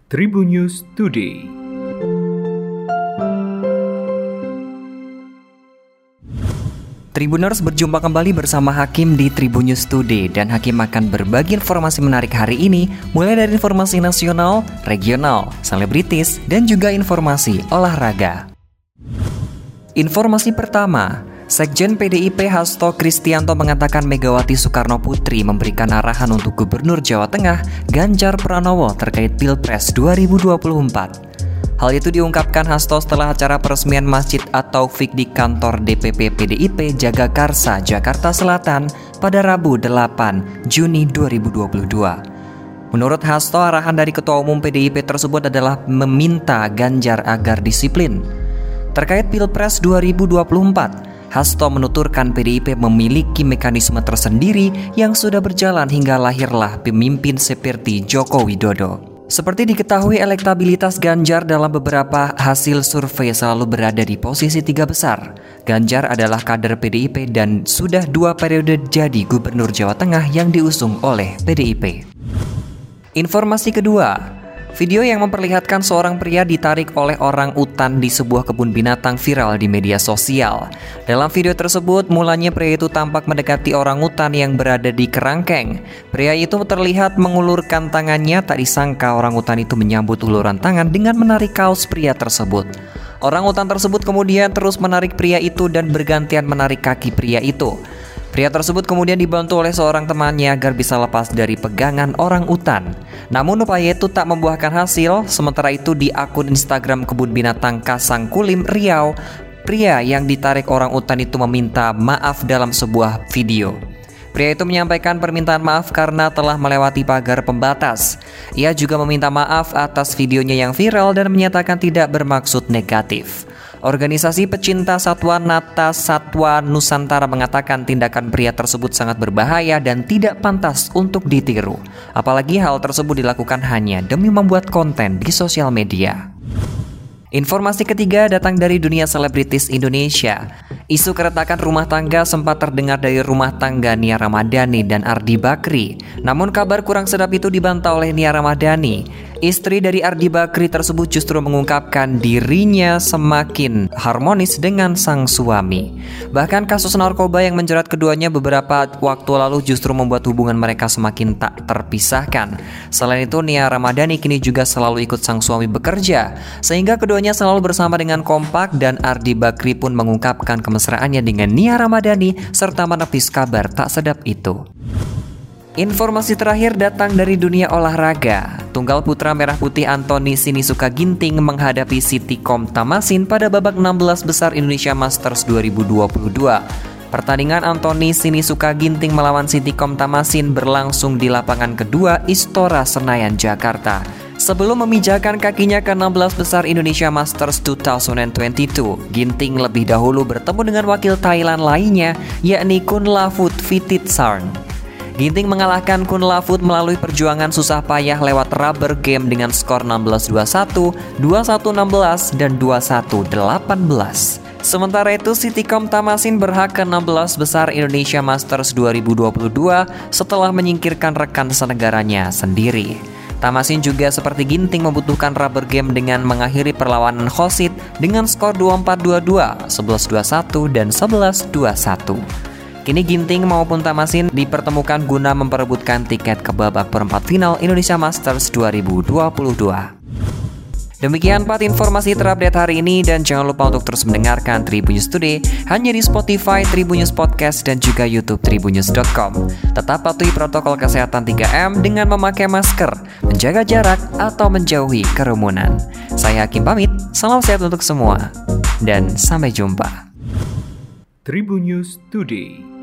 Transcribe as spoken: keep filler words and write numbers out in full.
Tribun News Today. Tribuners berjumpa kembali bersama Hakim di Tribun News Today, dan Hakim akan berbagi informasi menarik hari ini, mulai dari informasi nasional, regional, selebritis, dan juga informasi olahraga. Informasi pertama, Sekjen P D I P Hasto Kristianto mengatakan Megawati Soekarno Putri memberikan arahan untuk Gubernur Jawa Tengah Ganjar Pranowo terkait Pilpres dua ribu dua puluh empat. Hal itu diungkapkan Hasto setelah acara peresmian Masjid At-Taufik di kantor D P P P D I P Jagakarsa, Jakarta Selatan pada Rabu delapan Juni dua ribu dua puluh dua. Menurut Hasto, arahan dari Ketua Umum P D I P tersebut adalah meminta Ganjar agar disiplin. Terkait Pilpres dua ribu dua puluh empat, Hasto menuturkan P D I P memiliki mekanisme tersendiri yang sudah berjalan hingga lahirlah pemimpin seperti Joko Widodo. Seperti diketahui, elektabilitas Ganjar dalam beberapa hasil survei selalu berada di posisi tiga besar. Ganjar adalah kader P D I P dan sudah dua periode jadi Gubernur Jawa Tengah yang diusung oleh P D I P. Informasi kedua, video yang memperlihatkan seorang pria ditarik oleh orang utan di sebuah kebun binatang viral di media sosial. Dalam video tersebut, mulanya pria itu tampak mendekati orang utan yang berada di kerangkeng. Pria itu terlihat mengulurkan tangannya, tak disangka orang utan itu menyambut uluran tangan dengan menarik kaos pria tersebut. Orang utan tersebut kemudian terus menarik pria itu dan bergantian menarik kaki pria itu. Pria tersebut kemudian dibantu oleh seorang temannya agar bisa lepas dari pegangan orang utan. Namun upaya itu tak membuahkan hasil. Sementara itu di akun Instagram Kebun Binatang Kasangkulim, Riau, pria yang ditarik orang utan itu meminta maaf dalam sebuah video. Pria itu menyampaikan permintaan maaf karena telah melewati pagar pembatas. Ia juga meminta maaf atas videonya yang viral dan menyatakan tidak bermaksud negatif. Organisasi pecinta satwa Nata Satwa Nusantara mengatakan tindakan pria tersebut sangat berbahaya dan tidak pantas untuk ditiru. Apalagi hal tersebut dilakukan hanya demi membuat konten di sosial media. Informasi ketiga datang dari dunia selebritis Indonesia. Isu keretakan rumah tangga sempat terdengar dari rumah tangga Nia Ramadhani dan Ardi Bakri. Namun kabar kurang sedap itu dibantah oleh Nia Ramadhani. Istri dari Ardi Bakri tersebut justru mengungkapkan dirinya semakin harmonis dengan sang suami. Bahkan kasus narkoba yang menjerat keduanya beberapa waktu lalu justru membuat hubungan mereka semakin tak terpisahkan. Selain itu, Nia Ramadhani kini juga selalu ikut sang suami bekerja, sehingga keduanya selalu bersama dengan kompak, dan Ardi Bakri pun mengungkapkan kemesraannya dengan Nia Ramadhani serta menepis kabar tak sedap itu. Informasi terakhir datang dari dunia olahraga. Tunggal putra merah putih Anthony Sinisuka Ginting menghadapi Sitikom Tamasin pada babak enam belas besar Indonesia Masters dua ribu dua puluh dua. Pertandingan Anthony Sinisuka Ginting melawan Sitikom Tamasin berlangsung di lapangan kedua Istora Senayan, Jakarta. Sebelum memijakan kakinya ke enam belas besar Indonesia Masters dua ribu dua puluh dua, Ginting lebih dahulu bertemu dengan wakil Thailand lainnya, yakni Kunlavut Phititharn. Ginting mengalahkan Kunlavut melalui perjuangan susah payah lewat rubber game dengan skor enam belas dua puluh satu, dua puluh satu enam belas, dan dua puluh satu delapan belas. Sementara itu, Sitikom Tamasin berhak ke enam belas besar Indonesia Masters dua ribu dua puluh dua setelah menyingkirkan rekan senegaranya sendiri. Tamasin juga seperti Ginting membutuhkan rubber game dengan mengakhiri perlawanan Khosit dengan skor dua puluh empat dua puluh dua, sebelas dua puluh satu, dan sebelas dua puluh satu. Kini Ginting maupun Tamasin dipertemukan guna memperebutkan tiket ke babak perempat final Indonesia Masters dua ribu dua puluh dua. Demikian empat informasi terupdate hari ini, dan jangan lupa untuk terus mendengarkan Tribun News Today hanya di Spotify, Tribun News Podcast, dan juga YouTube tribun news dot com. Tetap patuhi protokol kesehatan tiga M dengan memakai masker, menjaga jarak, atau menjauhi kerumunan. Saya Hakim pamit, salam sehat untuk semua, dan sampai jumpa. Tribun News Today.